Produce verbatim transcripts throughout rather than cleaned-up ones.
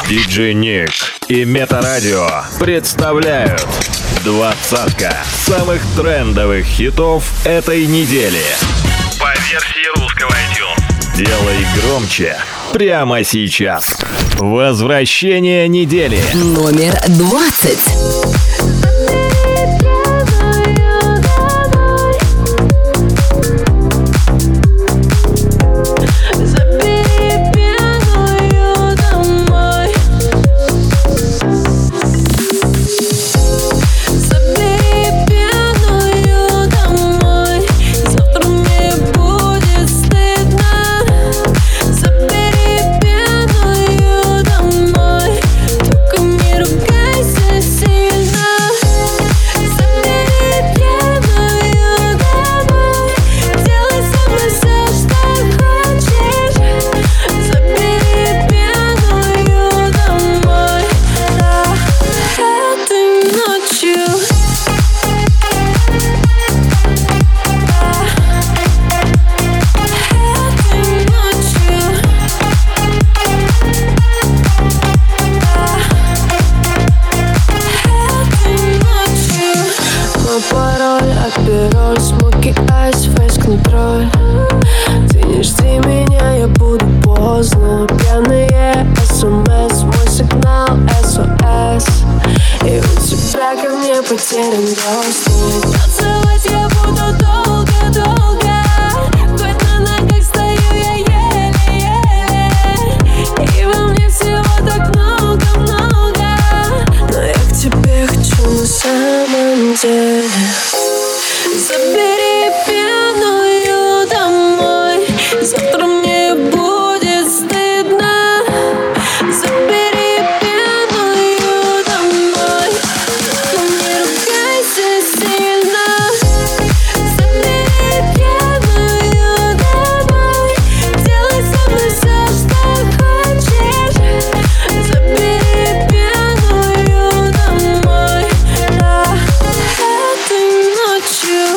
диджей Ник и Метарадио представляют двадцатка самых трендовых хитов этой недели. По версии русского iTunes. Делай громче прямо сейчас. Возвращение недели. Номер двадцать. Потерян доступ. Танцевать я буду долго-долго. Хоть на ногах стою я еле-еле. И во мне всего так много-много. Но я к тебе хочу на самом деле. Забери пьяную домой. Завтра мне будет стыдно. Забери пьяную домой. Не ругайся сильно. Забери пьяную домой. Делай со мной все, что хочешь. Забери пьяную домой. Да, этой ночью.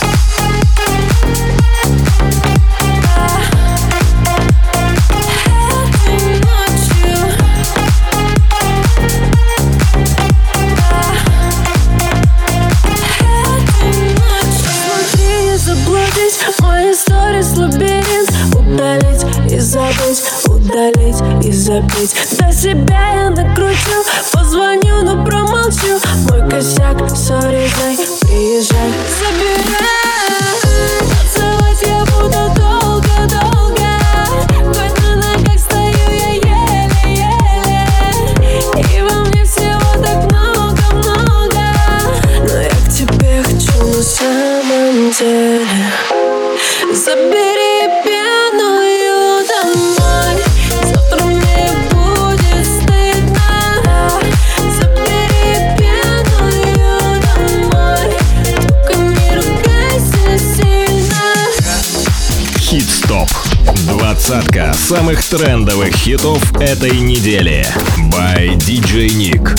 Мои сторис лабиринт. Удалить и забыть, удалить и забить. До себя я накручу, позвоню, но промолчу. Мой косяк, сори, дай, приезжай, забирай. Танцевать я буду долго-долго. Хоть на ногах стою я еле-еле. И во мне всего так много-много. Но я к тебе хочу на самом деле. Забери пьяную домой. Завтра мне будет стыдно. Забери пьяную домой. Только не ругайся сильно. Хит-стоп. Двадцатка самых трендовых хитов этой недели. By диджей Ник.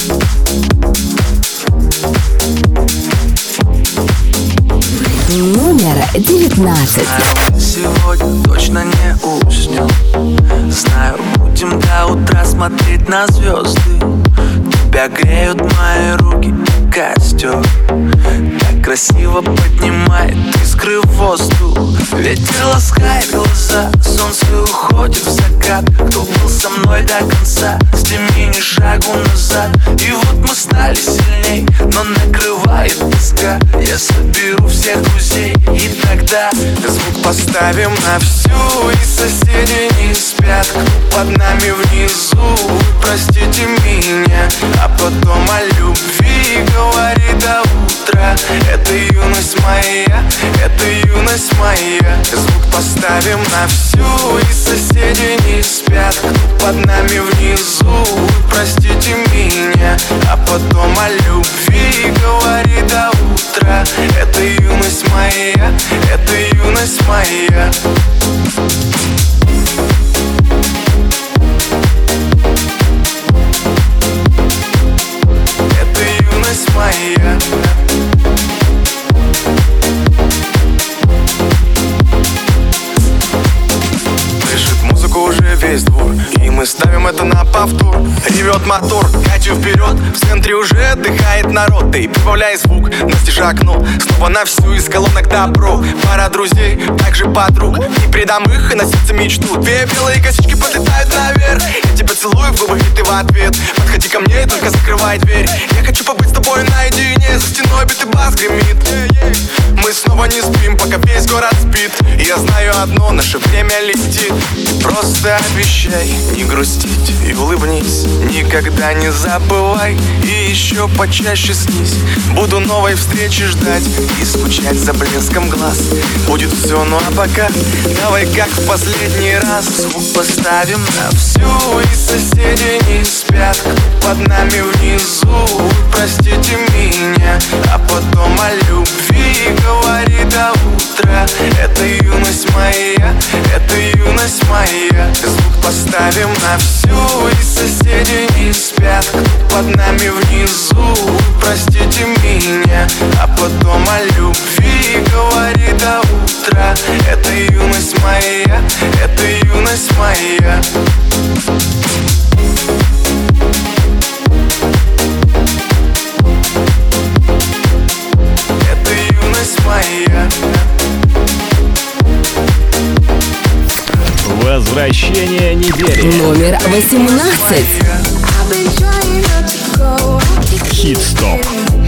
Номер девятнадцать. Сегодня точно не уснем. Знаю, будем до утра смотреть на звезды. Тебя греют мои руки и костер. Так красиво поднимает искры в воздух. Ветер ласкает глаза, солнце уходит в закат. Кто был со мной до конца, сними ни шагу назад. И вот мы стали сильней, но накрывает тоска. Я соберу всех друзей, и тогда звук поставим на всю. И соседи не спят, кто под нами внизу. Простите меня, а потом о любви говори до утра. Это юность моя, это юность моя. Звук поставим на всю. И соседи не спят, кто под нами внизу. Простите меня, а потом о любви говори до утра. Это юность моя, это юность моя. Это юность моя. Слышит музыку уже весь двор. И мы ставим это на повтор. Ревет мотор, катю вперед. В центре уже отдыхает народ. Ты прибавляй звук, настежи окно. Снова на всю из колонок добро. Пара друзей, также подруг. Не предам их и на сердце мечту. Две белые косички подлетают наверх. Я тебя целую в губы, и ты в ответ. Подходи ко мне и только закрывай дверь. Я хочу побыть с тобой наедине. За стеной битый бас гремит. Мы снова не спим, пока весь город спит. И я знаю одно, наше время летит. Просто обещай не грустить и улыбнись. Никогда не забывай и еще почаще снись. Буду новой встречи ждать и скучать за блеском глаз. Будет все, ну а пока давай как в последний раз. Звук поставим на всю, и соседи не спят. Кто под нами внизу, вы простите меня. А потом о любви говори до утра. Это юность моя, это юность моя. Звук поставим на всю, и соседи не спят. Кто под нами внизу, вы простите меня. А потом о любви говори до утра. Это юность моя, это юность моя. Это юность моя. Возвращение недели. Номер восемнадцать. Хит-стоп.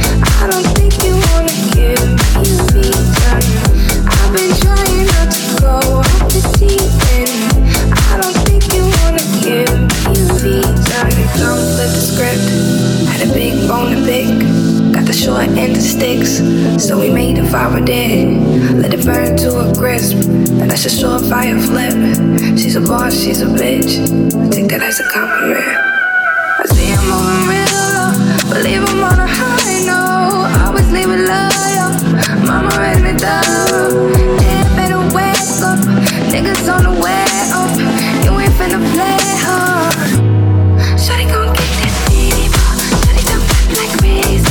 Short end of sticks, so we made a fire dead. Let it burn to a crisp, and that's a surefire flip. She's a boss, she's a bitch. I take that as a compliment. I see him moving real low, but leave him on a high note. Always leave it loyal. Mama raised me down. Yeah, better wake up. Niggas on the way up. You ain't finna play hard. Shawty gon' get that city ball. Shawty don't flip like razor.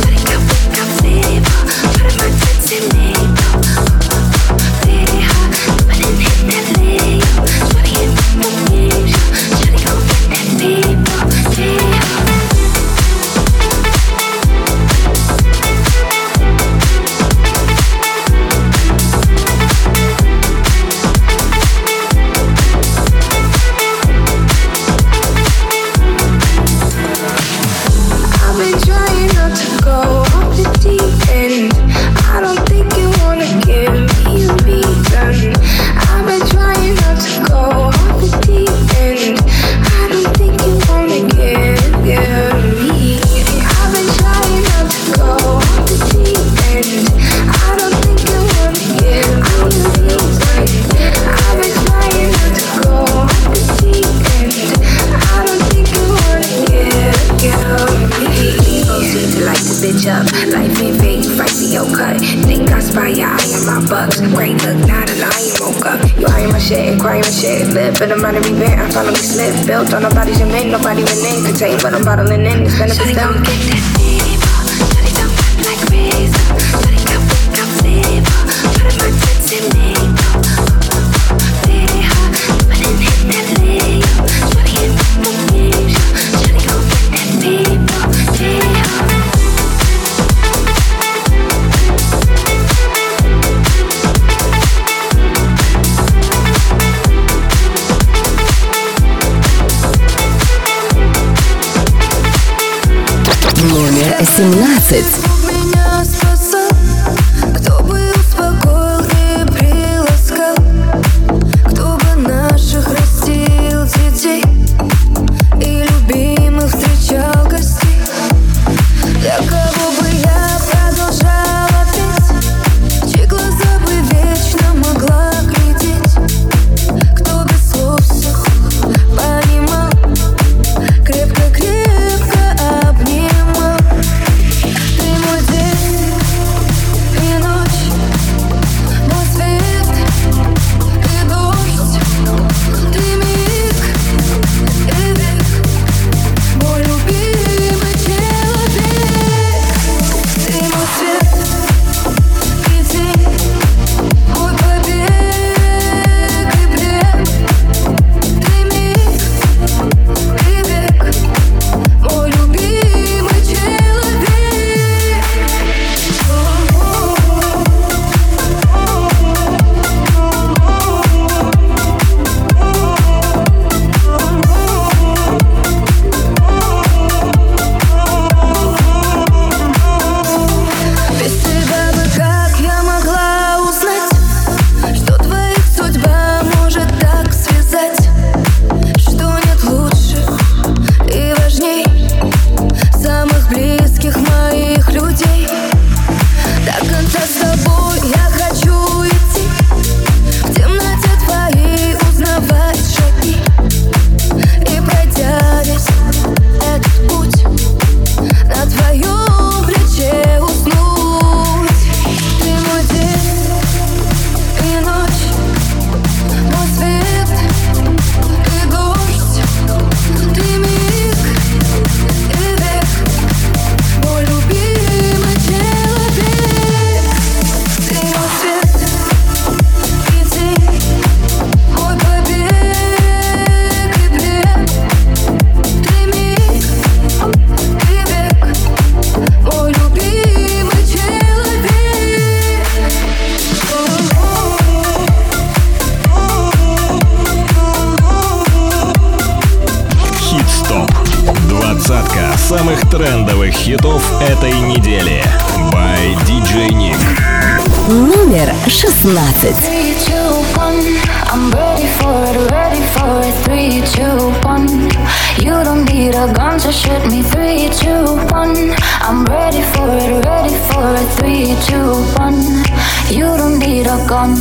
But I'm about to be bent, I finally slipped. Built on nobody's admit, nobody within contained, but I'm bottling in, it's gonna be down. Get that city ball, shawty don't flip like razor. Shawty got whip, got city ball, put my tits in me. City hot, but then hit that lay. Shawty hit my knees, shawty gon' get that city ball, city hot. Номер семнадцать. Ты мой Двадцатка самых трендовых хитов этой недели. By ди джей Nick. Номер шестнадцать. Three, two, one. I'm ready for it, ready for it. Three, two, one. You don't need a gun to shoot me. Three, two, one. I'm ready for it, ready for it. Three, two, one. You don't need a gun.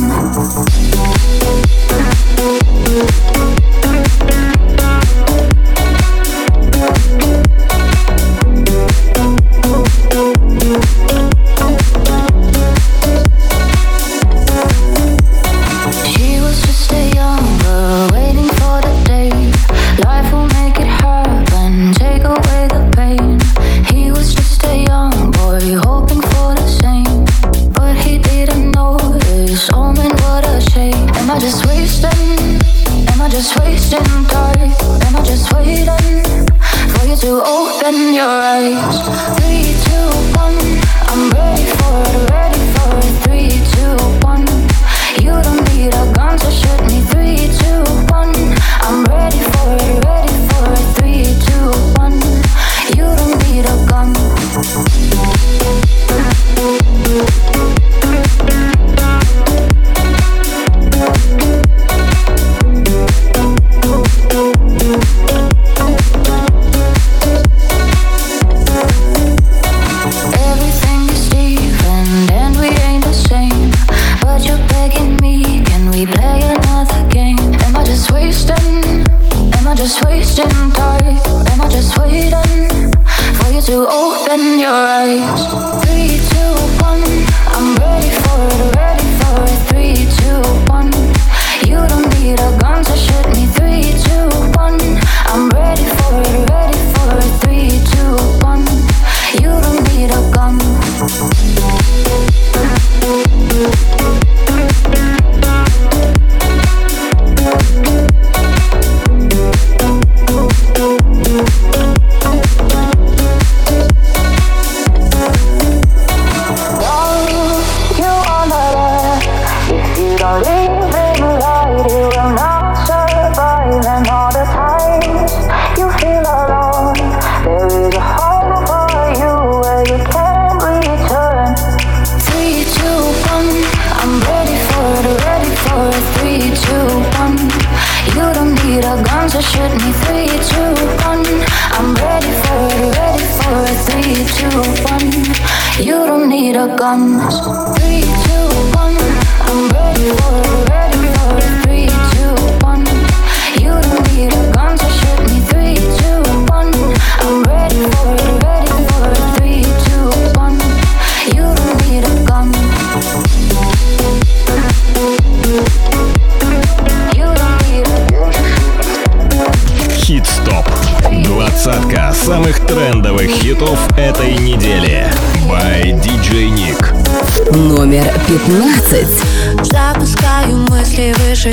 Двадцатка самых трендовых хитов этой недели. By ди джей Nick. Номер пятнадцать. Запускаю мысли выше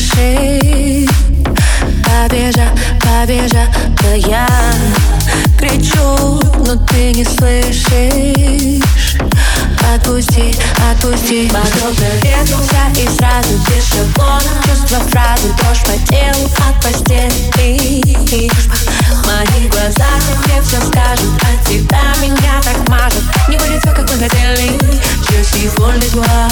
крыши. Побежа, побежа, да я кричу, но ты не слышишь. Отпусти, отпусти. Вокруг навернулся и сразу без шаблона. Чувства фразы, дрожь по телу от постели. Мои глаза тебе все скажут, от тебя меня так мажет. Не будет все, как мы хотели. Je suis folle de toi.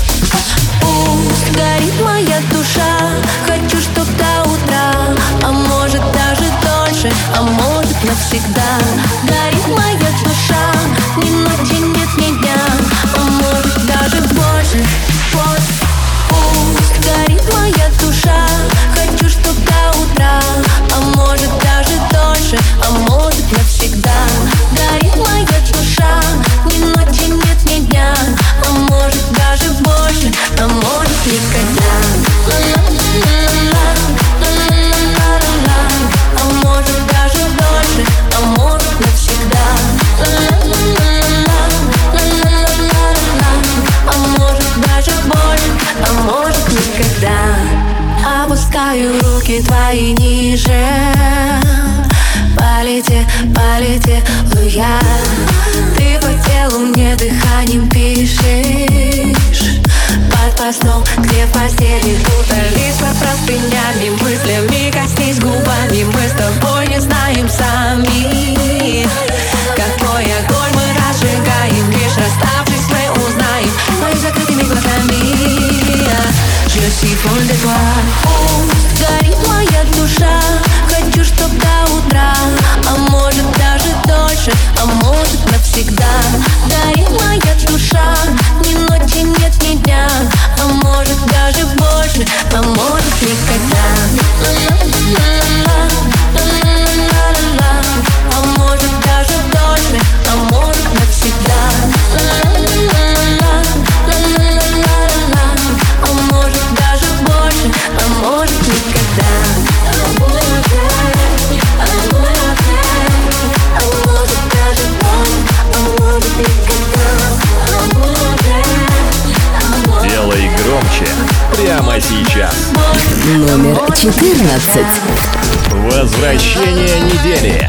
Пусть горит моя душа. Хочу, чтоб до утра, а может даже дольше, а может навсегда. Горит моя душа, ни ночи нет, ни дня, а может даже больше. Пусть горит моя душа. Хочу, чтоб до утра, а может даже дольше, а может навсегда. Горит моя душа, ни ночи нет, ни дня, а может даже больше, а может никогда. А может даже дольше, а может навсегда. А может даже больше, а может никогда. Опускаю руки твои ниже. Полете, полетела я. Ты по телу мне дыханием пишешь. Под постом, где в постели путались по простынями. Мыслями коснись губами, мы с тобой не знаем сами. четырнадцать. Возвращение недели.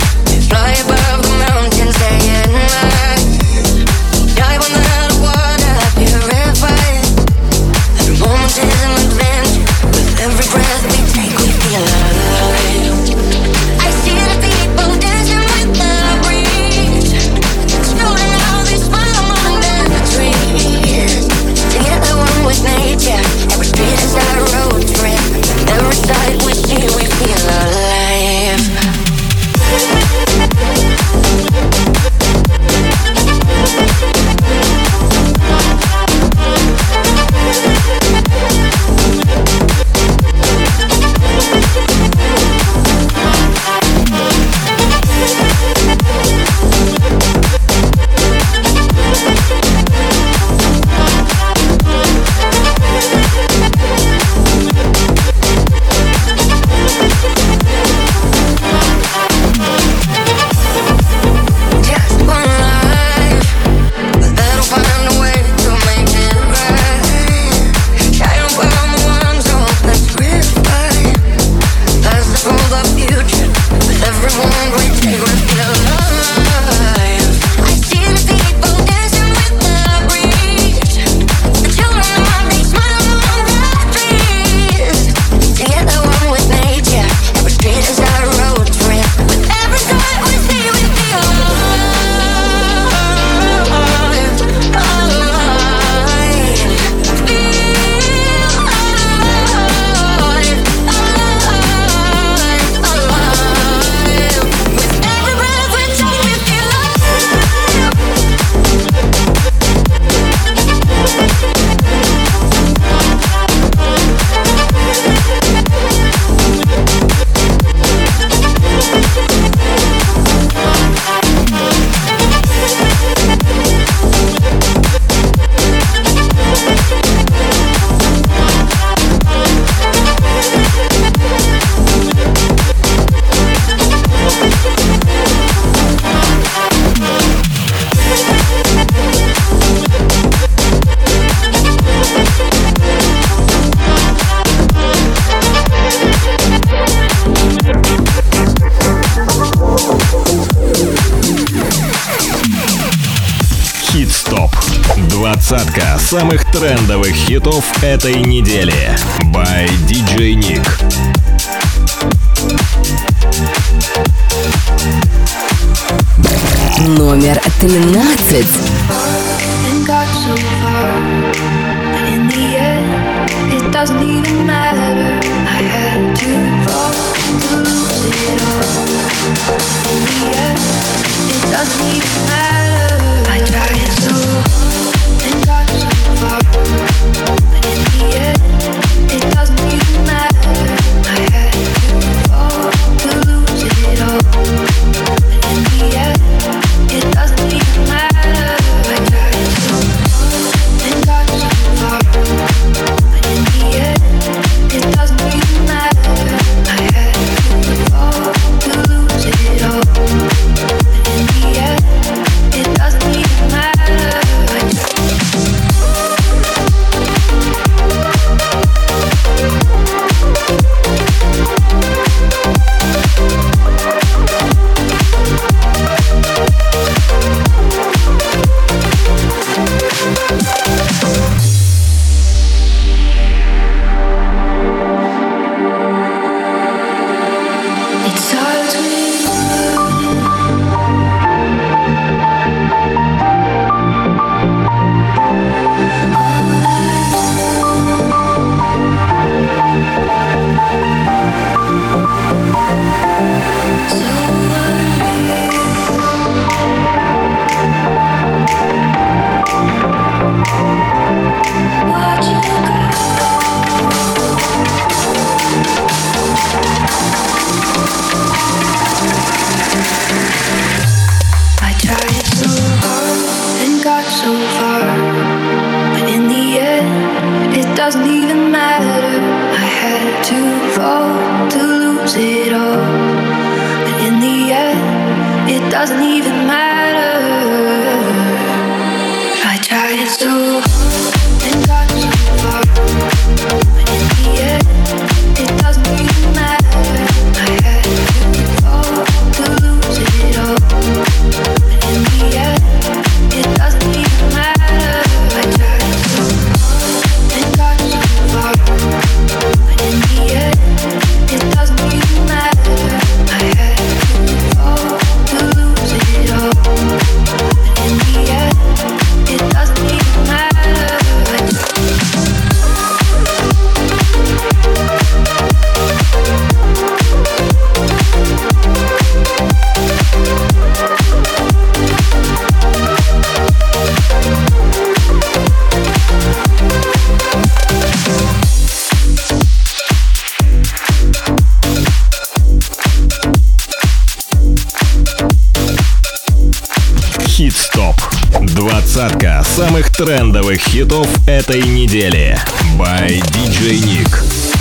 Двадцатка самых трендовых хитов этой недели. By ди джей Nick. Номер тринадцать. I tried so and got so far, but in the end, it doesn't even matter. I had to fall to lose it all, but in the end, it doesn't even matter. I tried so and got so far, but in the end, it doesn't even matter. I had to fall to lose it all, but in the end, it doesn't even matter. Doesn't even matter. I tried so hard and got so far, but in the end, it doesn't Двадцатка самых трендовых хитов этой недели. By ди джей Nick.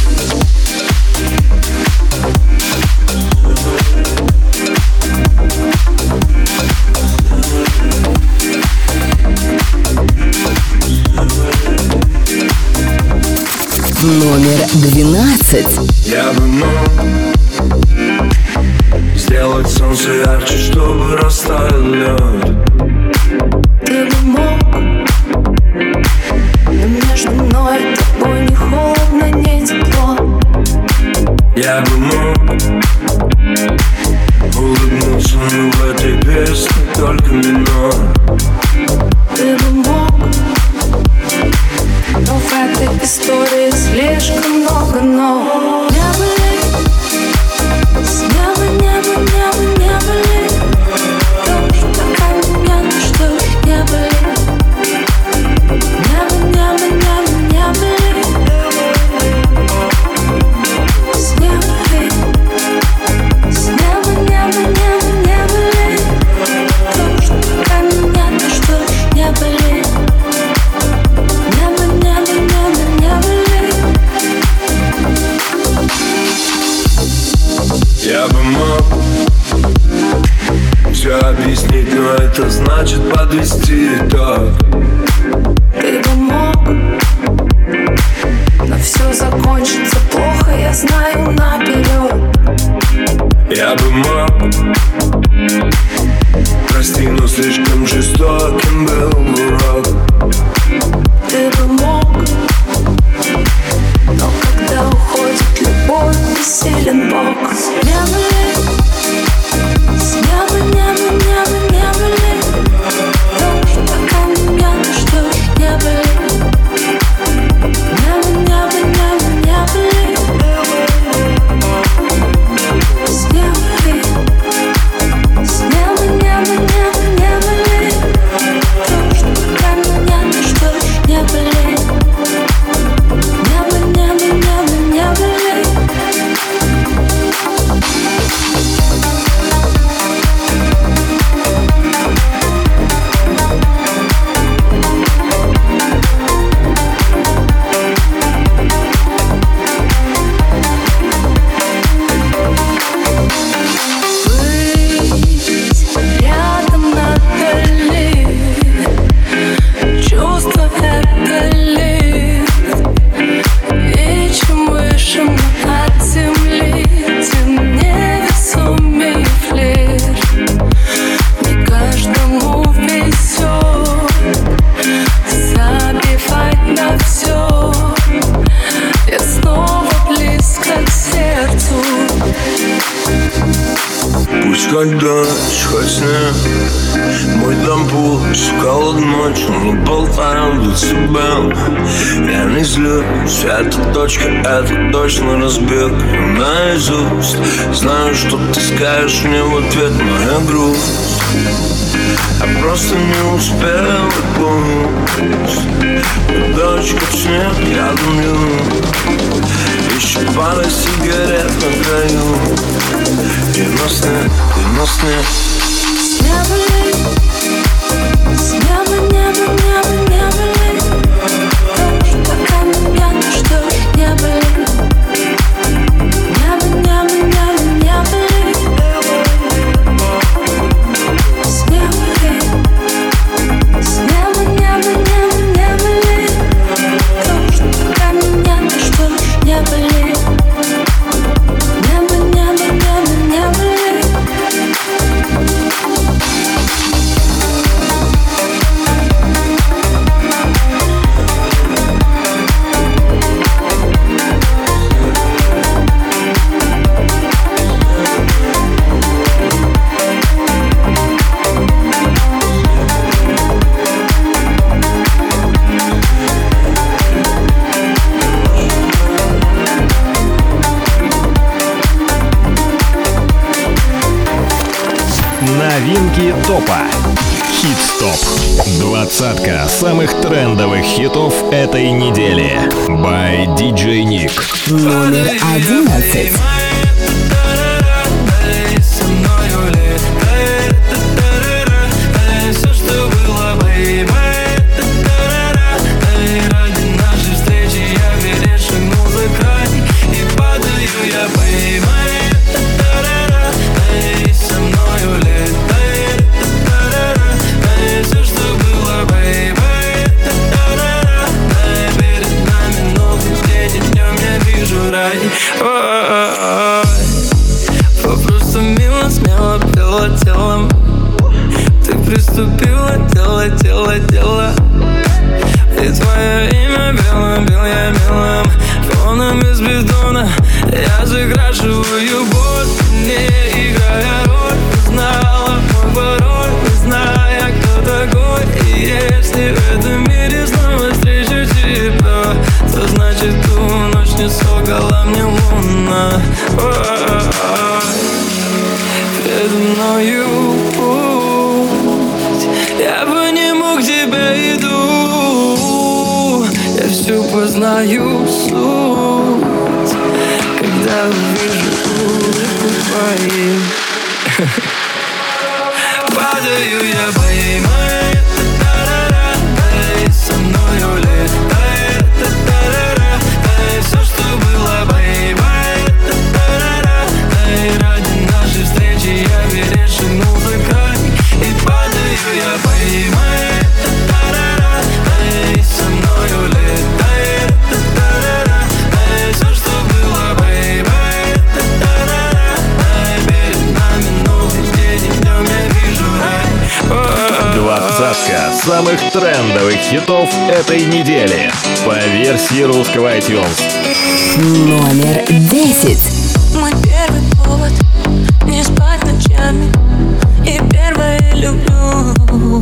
Номер двенадцать. Я бы мог сделать солнце ярче, чтобы растаял лед. Ты бы мог, но между мной и тобой не холодно, не тепло. Я бы мог улыбнуться, но в этой песне только минор. Ты бы мог, но в этой истории слишком много но. Не были, с неба, небо, небо, не были. Дождь такая меня, что ж не были. Небо, небо, небо, не были. С неба, с неба, небо, небо, не были. Дождь такая меня, что ж не были. Я бы мог все объяснить, но это значит подвести итог. Ты бы мог, но все закончится плохо, я знаю наперед. Я бы мог, прости, но слишком жестоким был урок. Ты бы мог, но когда уходит любовь, бессилен Бог. Не были, с неба, небо, небо, не были. Дождь пока меня, что ж не были. Небо, небо, небо, не были. С неба, с неба, небо, небо, не были. Дождь пока меня, что ж не были. Небо, небо, небо, не были. Хоть дождь, хоть снег, мой дом пусть холодной ночью, мы болтаем в децибел. Я не злюсь, эта точка, это точно разбег наизусть. Знаю, что ты скажешь мне в ответ, моя грусть. Я просто не успел, и пусть дождь, как снег, я дымлю. Еще пара сигарет на краю. И на снег, и на снег. С неба ли, с неба, небо, небо, не были. Дождь пока меня, что ж не были. Небо, небо, небо, не были. С неба ли, с неба, небо, небо, не были. Дождь пока меня, что ж не были. Небо, небо, небо, не были. Новинки топа. Хит-стоп. Двадцатка самых трендовых хитов этой недели. By ди джей Nick. Номер одиннадцать. Все, что было бы, тело телом. Ты приступила, дело, дело, дело. И твое имя белым, белым, белым фоном из бетона. Я закрашиваю боль, не играя роль. Знала мой пароль, не зная, кто такой. И если в этом мире снова встречу тебя, то значит ту ночь не солгала мне луна. Передо мною путь, я по нему к тебе иду. Я все познаю суть, когда увижу улыбку твою. Падаю я, бэй-бэй, та-та-ра-ра, бэй, со мною летай, та-та-ра-ра, бэй, все, что было, бэй-бэй, та-та-ра-ра, бэй, ради нашей встречи я перешагнул за край. И падаю я, бэй-бэй, та-та-ра-ра, бэй, со мною летай, та-та-ра-ра, бэй, все, что было, бэй-бэй, та-та-ра-ра, бэй, перед нами новый день, и днем я вижу рай. Двадцатка самых трендовых хитов этой недели по версии русского iTunes. Номер десять. Мой первый повод не спать ночами и первое люблю.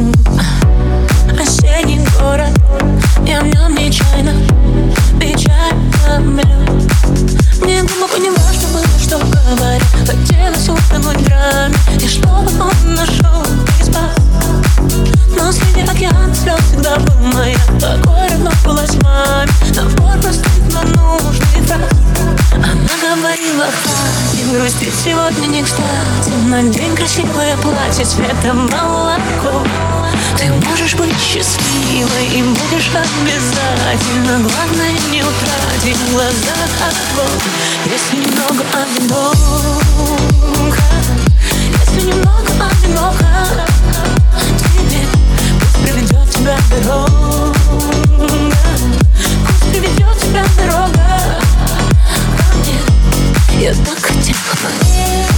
Осенний город, я в нем нечаянно печально млю. Мне глубоко не важно было, что говорят, хотелось утонуть в драме, и чтобы он нашел и спас. Но среди океана слез всегда был моя. Такой равно была с маме, набор простых, но нужных фраз. Она говорила, хватит грустить, сегодня не кстати. Надень красивое платье цветом молоко. Ты можешь быть счастливой и будешь обязательно. Главное не утратить в глазах огонь. Если немного одиноко, если немного одиноко, тебе пусть приведет тебя дорога, пусть приведет тебя дорога ко мне. Я так хотела бы.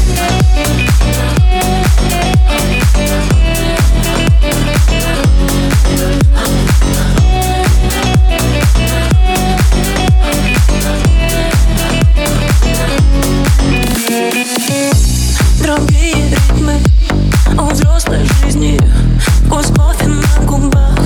Другие ритмы у взрослой жизни, вкус кофе на губах.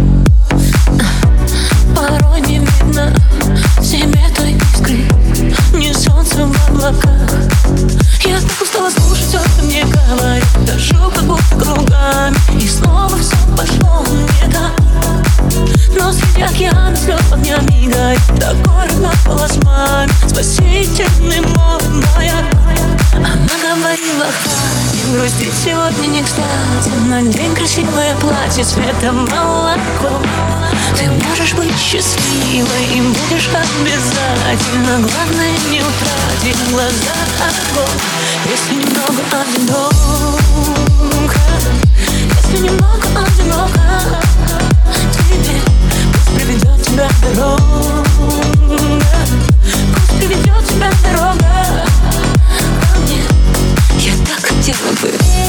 Порой не видно в себе той искры, не солнце в облаках. Я так устала слушать все, что мне говорят. Хожу как будто кругами, и снова все пошло не так. Но среди океана слез огнями горит. Такой родной голос маме, спасительный мой маяк. Она говорила, хватит грустить, сегодня не кстати. Надень красивое платье цветом молоко. Ты можешь быть счастливой и будешь обязательно. Главное не утратить в глазах огонь. Если немного одиноко, если немного одиноко, тебе пусть приведет тебя дорога, пусть приведет тебя дорога ко мне. Я так хотела бы.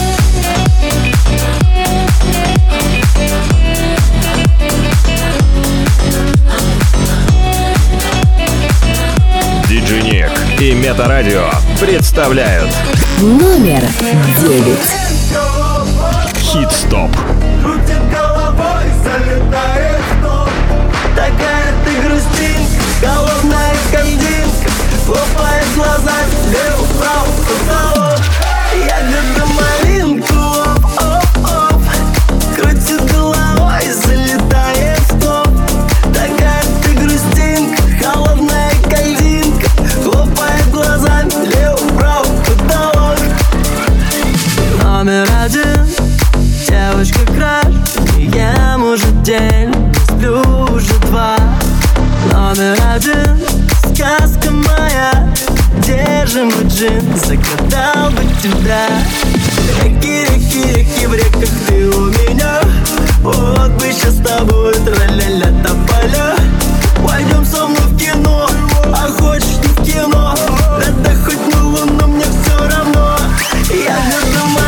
диджей Ник и Метарадио представляют Номер девять. Хит-стоп. Крутит головой, залетает в топ. Такая ты грустинка, голодная кандинка. Хлопает глазами, лево-вправо, потолок. Ягода малинку, оп-оп-оп. Крутит головой, залетает в топ. Такая ты грустинка, голодная кандинка. Хлопает глазами, лево-вправо, потолок. Номер один, девочка краш. Не ем уже день, не сплю уже два. Номер один, сказка моя. Где же мой джин, загадал бы тебя. Реки, реки, реки в реках, ты у меня. Вот бы сейчас с тобой тра-ля-ля тополя. Пойдем со мной в кино, а хочешь не в кино. Да хоть на луну, мне все равно. Я не думаю.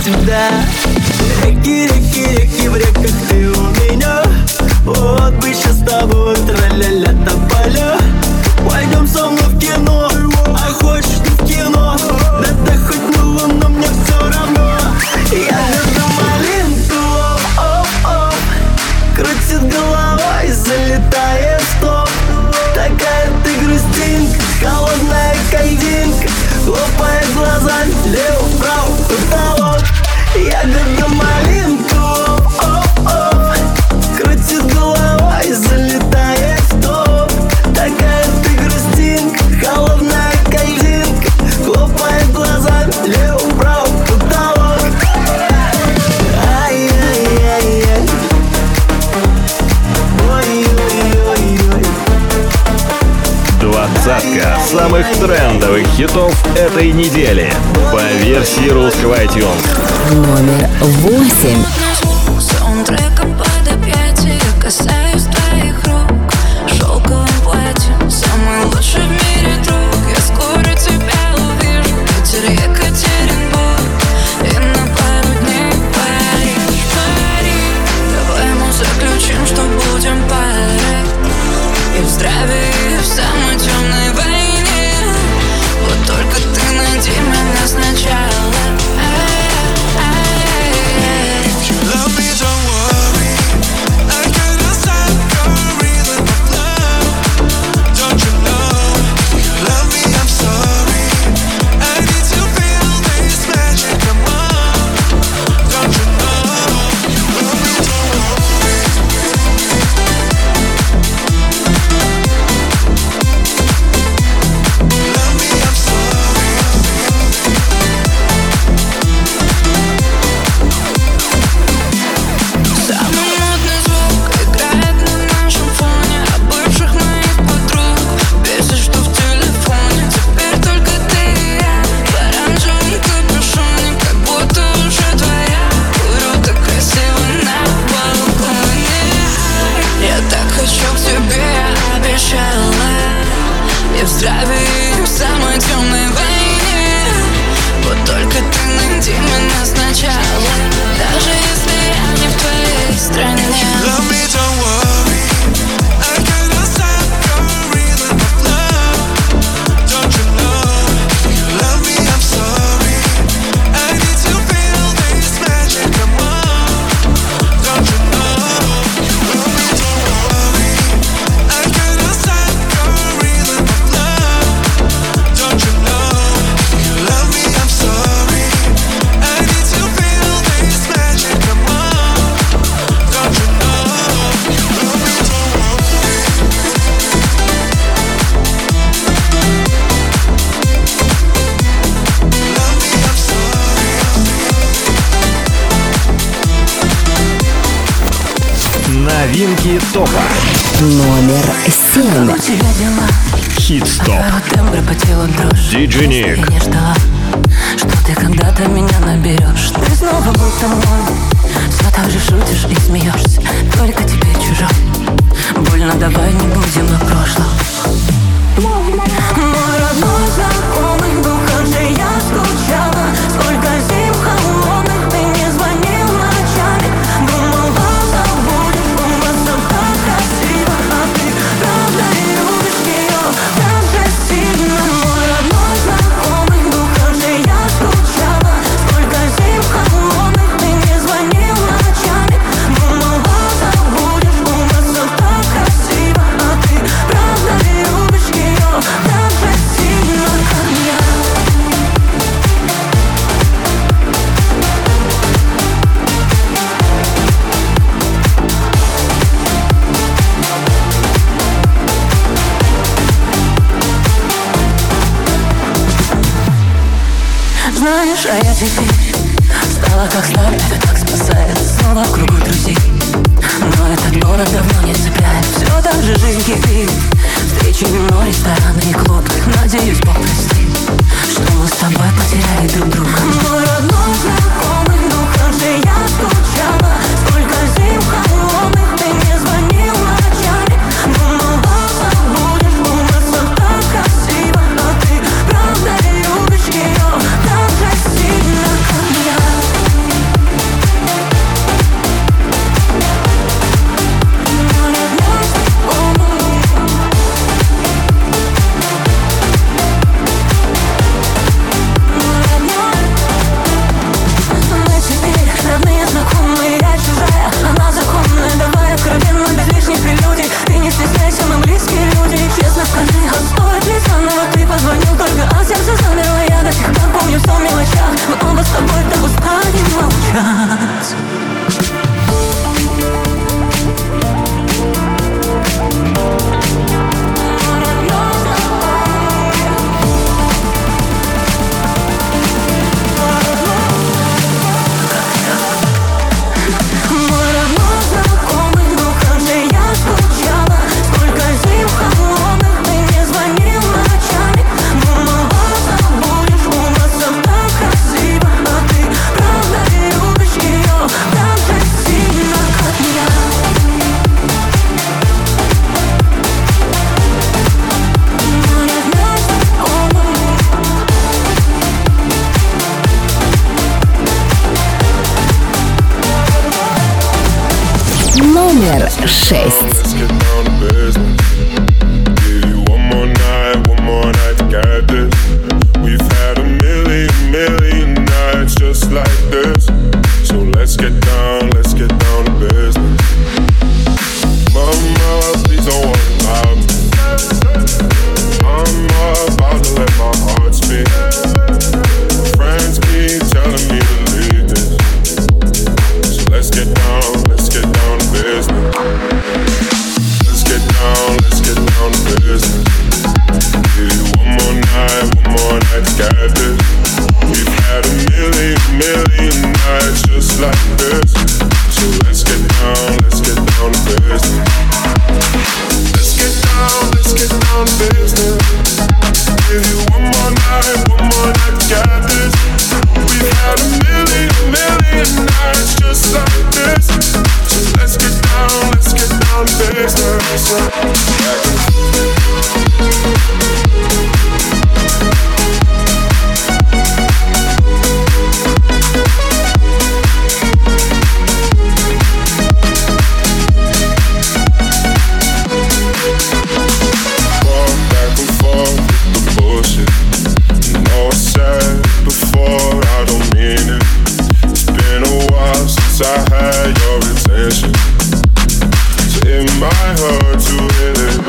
всегда. Реки, реки, реки, в реках ты у меня. Вот бы сейчас с тобой тра-ля-ля тополя. Пойдем со мной в кино, а хочешь ты в кино? Да да хоть на луну, мне все равно. Я люблю малинку, оп-оп. Крутит головой, залетает в топ. Такая ты грустинка, холодная кайдинка. Хлопает глазами, лево-вправо, потолок. Я люблю малинку, оп-оп. Крутит головой, залетает в топ. Такая ты грустинка, холодная кайдинка. Хлопает глазами, лево-вправо, потолок. Ай-яй-яй-яй. Ой-ой-ой-ой. Двадцатка самых трендовых хитов этой недели по версии русского iTunes. Номер восемь. Саундтреком под объятия касаюсь твоих рук. Шелковым платьем, самый лучший в мире друг. Я скоро тебя увижу, Питер, Екатеринбург. И на пару дней Париж, Париж. Давай мы заключим, что будем парой. И в здравии, и в самой темной войне. Вот только ты найди меня сначала. Love me, don't worry. I cannot stop your rhythm of love. Don't you know? You love me, I'm sorry. I need to feel this magic, come on. Don't you know? Love me, don't worry. Love me, I'm sorry. Самый модный звук играет на нашем фоне. О бывших моих подруг бесит, что в телефоне. Теперь только ты и я в оранжевом капюшоне, как будто уже твоя. Курю так красиво на балконе. Я так хочу к тебе, я обещала. И в здравии, и в самой темной войне. Вот только ты найди меня сначала. Даже если я не в твоей стране. Love me, don't worry. I cannot stop your rhythm of love. Don't you know? You love me, I'm sorry. I need to feel this magic, come on. Don't you know? Love me, don't worry. I cannot stop your rhythm of love. Don't you know? You love me, I'm sorry. I need to feel this magic, come on. Don't you know? Love me, don't worry. Love me, I'm sorry. Новинки топа. Номер семь. У тебя дела? Хит-стоп. Твоего тембра по телу дрожь. Диджей Ник. Я не ждала, что ты когда-то меня наберешь. Ты снова будто мой. Все так же шутишь и смеешься. Только теперь чужой. Больно, давай не будем о прошлом. Мой родной знакомый, духом же я скучала. Сколько зим холодных ты не звонил ночами. Думала, забудешь, у нас все так красиво. А ты правда любишь ее так же сильно. Мой родной знакомый, духом же я скучала. Сколько зим холодных ты не звонил ночами. Думала, забудешь, у нас все так красиво. А ты правда любишь ее так же сильно, как я. Знаешь, а я теперь стала как слаб, это так спасает. Снова в кругу друзей, но этот город давно не цепляет. Все так же жизнь кипит, встречи вино, рестораны и клубы. Надеюсь, Бог простит, что мы с тобой потеряли друг друга. Мой родной знакомый, духом же я скучала. Сколько зим холодных ты не звонил ночами. Думала, забудешь, у нас все так красиво. А ты правда любишь ее так же сильно, как я. номер шесть. Just like this, so let's get down, let's get down to business. Mama, please don't worry about me. I'm about to let my heart speak. Friends keep telling me to leave this, so let's get down, let's get down to business. Let's get down, let's get down to business. Give you one more night, one more night to get this. We've had a million, million nights just like this. So let's get down, let's get down to business. Let's get down, let's get down to business. Give you one more night, one more night to get this. We've had a million, million nights just like this. So let's get down, let's get down to business. Back and forth. I had your attention, so it might hurt to hit it.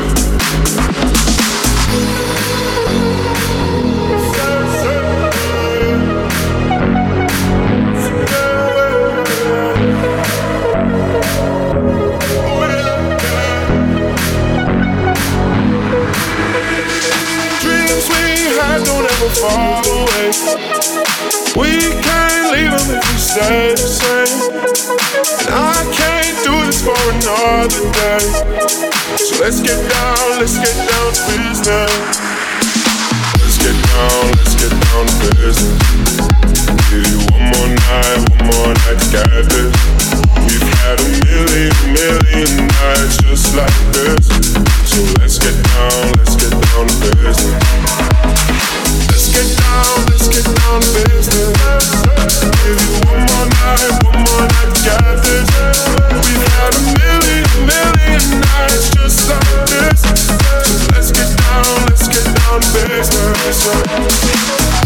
Dreams we had don't ever fall away. We can't leave them if we stay the same. And I can't do this for another day. So let's get down, let's get down to business. Let's get down, let's get down to business. Give you one more night, one more night to get this. We've had a million, million nights just like this. So let's get down, let's get down to business. Let's get down, let's get down to business. Give you one more night, one more night to get this. We've had a million, million nights just like this. So let's get down, let's get down to business.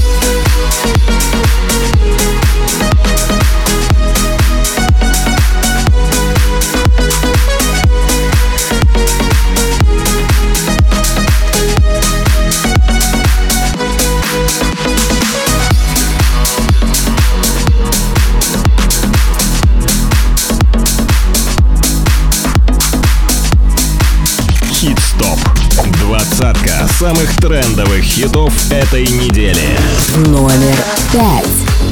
Двадцатка самых трендовых хитов этой недели. Номер пять.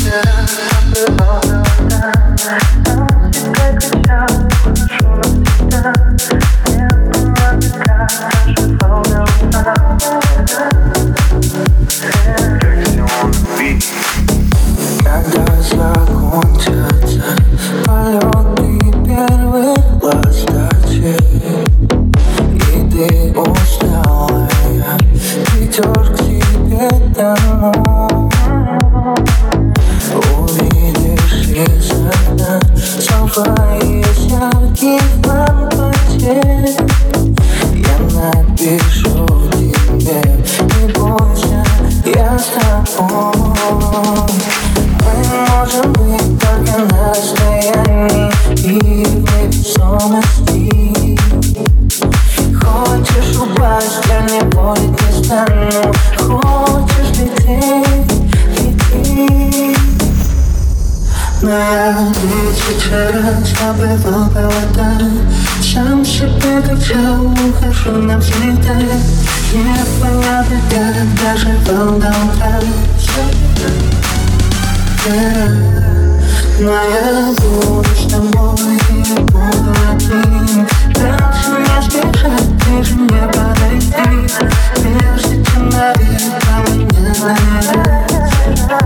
Когда закончатся полеты первых ласточек, и ты усталая, придешь к себе домой, увидишь из окна снова из ярких лампочек. Я напишу тебе, не бойся, я с тобой. Мы можем быть только на расстоянии и в невесомости. Хочешь упасть, я не болит не стану. Хочешь лететь, лети. Но я ведь вчера забывал повода. Сам себе кричал, ухожу навсегда. Непонятно, как доживал до утра. Но я буду с тобой, я буду один. Дальше не спешать, ближе не подойти. Прежде чем наверх, мне нравится.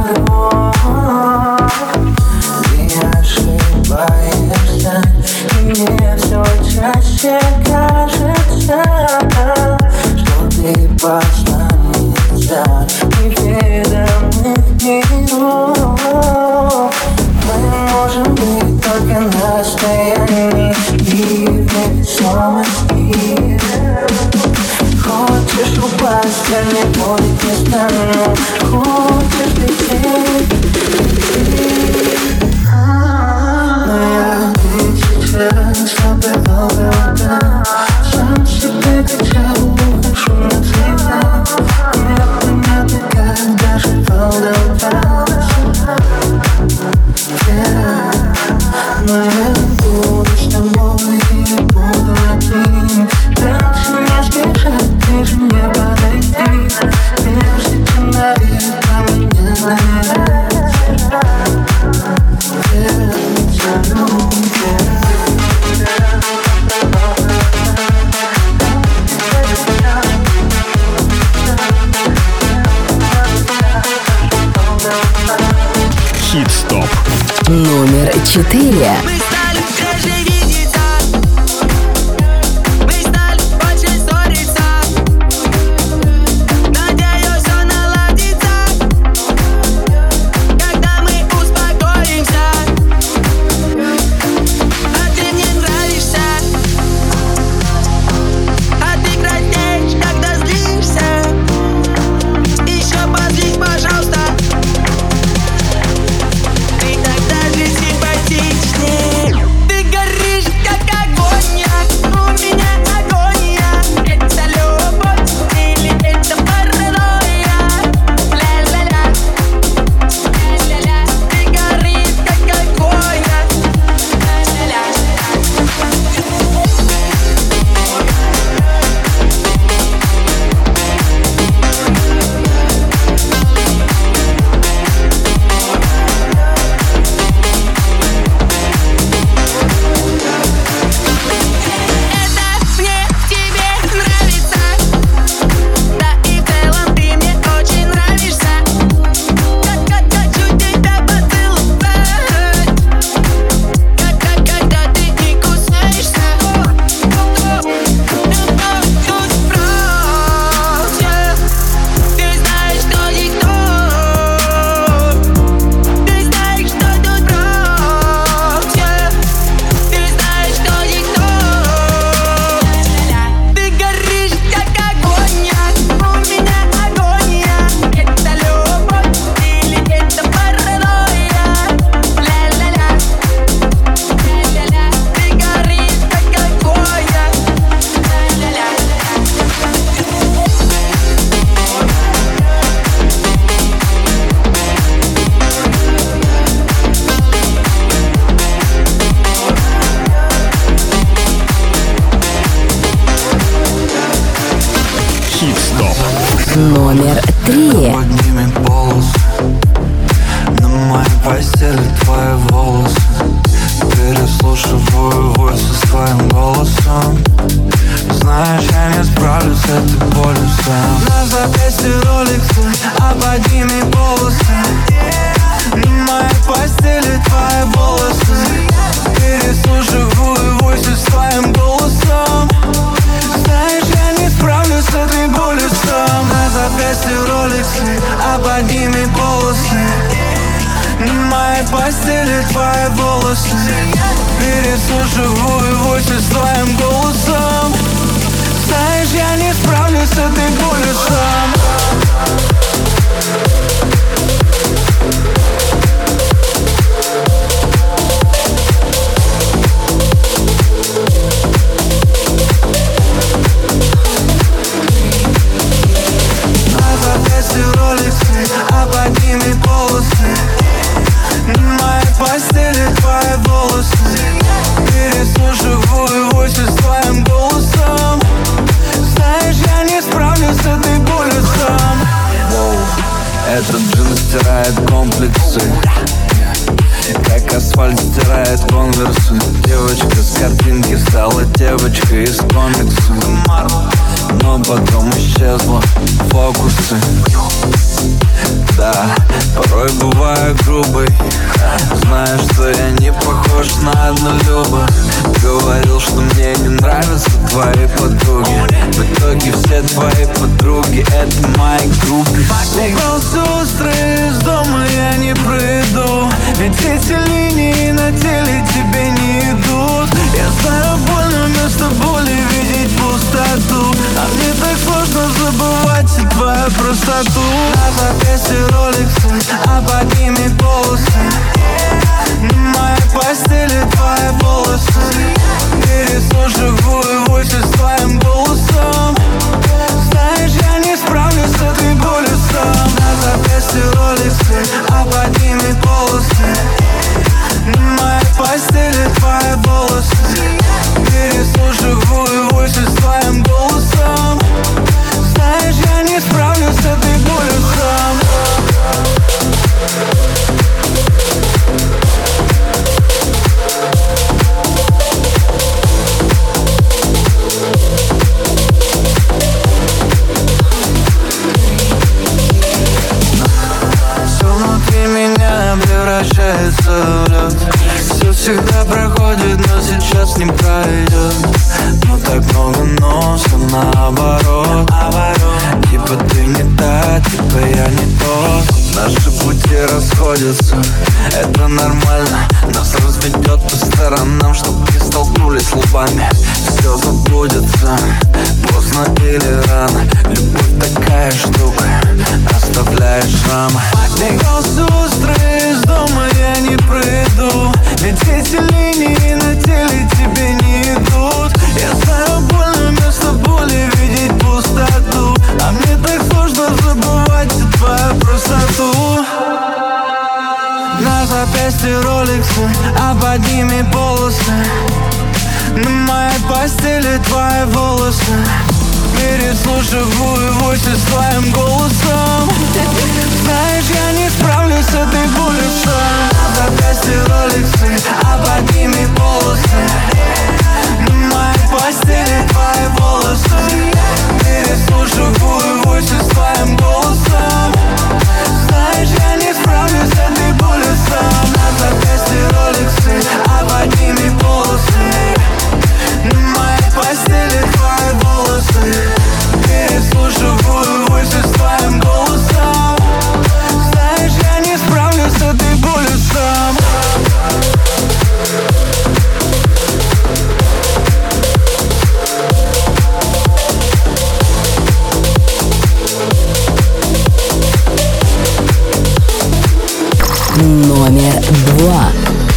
Ты ошибаешься, и мне все чаще кажется, что ты пошла нельзя неведомых миров. Мы можем быть только на расстоянии и в невесомости. Хочешь упасть, я не будет не стану. Хочешь лететь, лететь. Но я сейчас забывал это. Сам себе кричал, ухожу на цвета. Непонятно, как даже волновался. Но я буду с тобой и буду одним. Дальше не сбежать, ближе не подойти. Прежде чем навек на меня наверять. Хит-стоп номер четыре. Номер три. Поднимет полос на моей постели твои волосы. Переслушиваю войсы с твоим голосом. Знаешь, я не справлюсь с этой болью сам. На запястье роликсы, а под ними полосы. На моей постели твои волосы. Переслушиваю войсы с твоим голосом. Знаешь, я не справлюсь с этой болью сам. На запястье роликсы, а под ними полосы. На моей постели твои волосы. Переслушиваю войсы с твоим голосом. Знаешь, я не справлюсь с этой болью сам. А под ними полосы. На моей постели твои волосы. Переслушиваю войсы с твоим голосом. Знаешь, я не справлюсь с этой болью сам. Воу, этот джин стирает комплексы, как асфальт стирает конверсы. Девочка с картинки стала девочкой из комикса. но потом исчезла. Фокусы, да, порой бываю грубый. Знаешь, что я не похож на однолюба. Говорил, что мне не нравятся твои подруги. В итоге все твои подруги — это мои группы. Убрал сестры из дома, я не приду, ведь эти линии на теле тебе не идут. Я знаю, больно вместо боли видеть пустоту, а мне так сложно забывать и твою простоту. На запястье роликсы, а под ними полосы. На моей постели твои волосы. Переслушиваю войсы с твоим голосом. Знаешь, я не справлюсь с этой болью сам. На запястье роликсы, а под ними полосы. На моей постели твои волосы. Переслушиваю войсы с твоим голосом. Знаешь, я не справлюсь с этой болью сам. Превращается в лед. Все всегда проходит, но сейчас не пройдет. Но так много носа наоборот. Типа ты не та, типа я не тот. Наши пути расходятся, это нормально. Нас разведет по сторонам, чтоб не столкнулись лбами. Все забудется, поздно или рано. Любовь такая штука, оставляет шрамы. Бегал сестры из дома, я не приду, ведь эти линии на теле тебе не идут. Я знаю, больно вместо боли видеть пустоту, а мне так сложно забывать и твою простоту. На запястье роликсы, а под ними полосы. На моей постели твои волосы. Переслушиваю войсы с твоим голосом. Знаешь, я не справлюсь с этой болью сам. На запястье роликсы, а под ними полосы. На моей постели твои волосы. Переслушиваю войсы с твоим голосом. Знаешь, я не справлюсь с этой болью сам. На запястье роликсы, а под ними полосы. На моей постели твои волосы. Переслушиваю войсы с твоим голосом. Знаешь, я не справлюсь с этой болью сам. Номер два.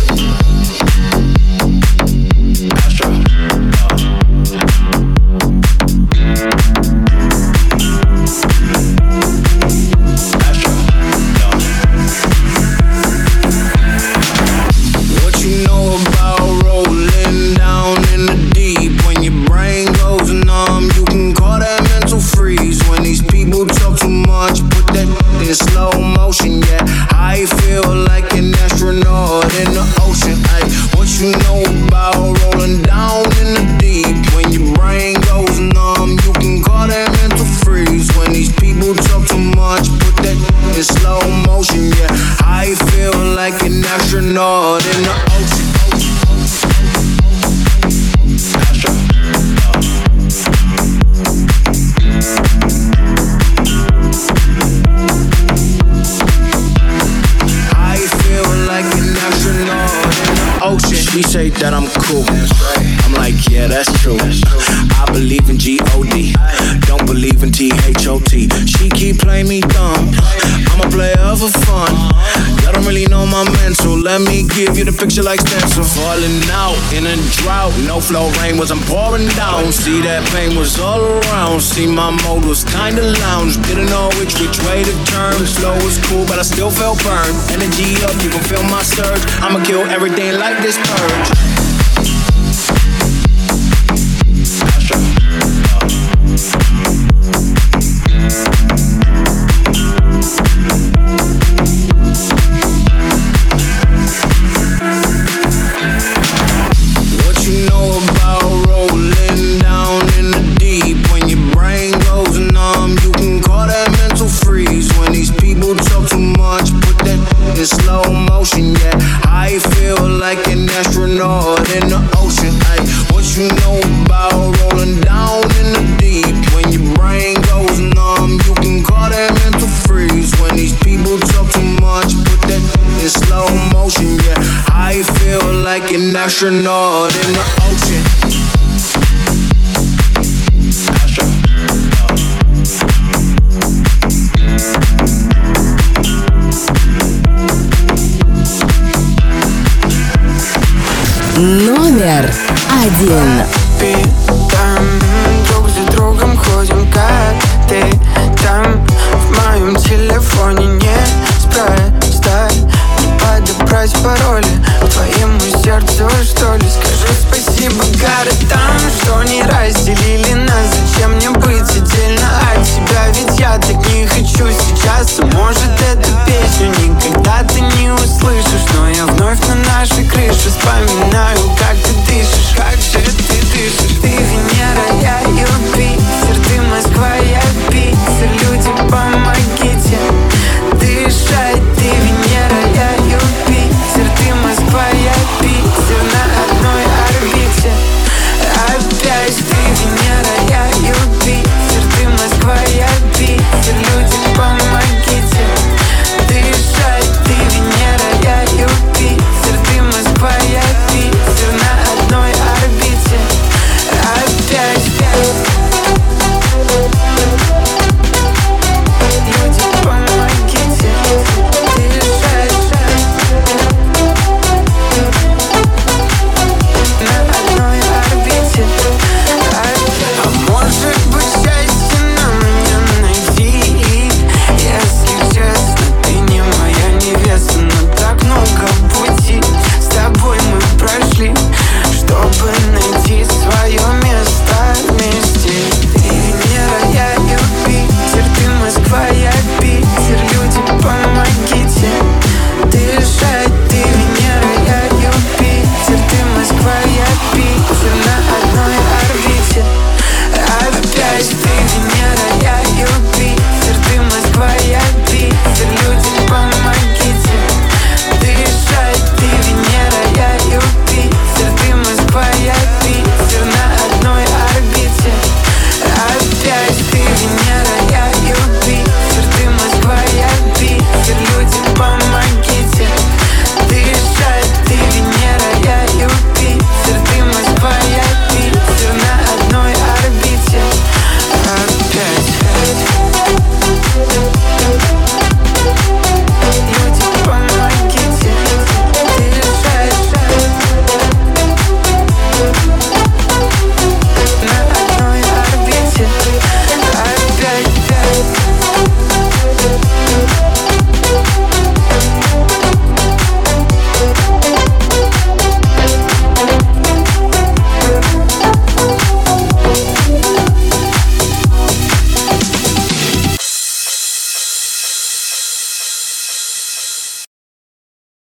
That I'm cool. I'm like, yeah, that's true. I believe in G O D, don't believe in T H O T. She keep playing me dumb, I'm a player for fun. Y'all don't really know my mental, let me give you the picture like stencil. Falling out in a drought, no flow rain was I'm pouring down. See that pain was all around, see my mode was kinda lounge. Didn't know which which way to turn, flow was cool but I still felt burned. Energy up, you can feel my surge, I'ma kill everything like this purge. What you know about rolling down in the deep when your brain in slow motion, yeah. I feel like an astronaut in the ocean, ay. What you know about rolling down in the deep? When your brain goes numb, you can call that mental freeze. When these people talk too much, put that in slow motion, yeah. I feel like an astronaut in the ocean. Номер один.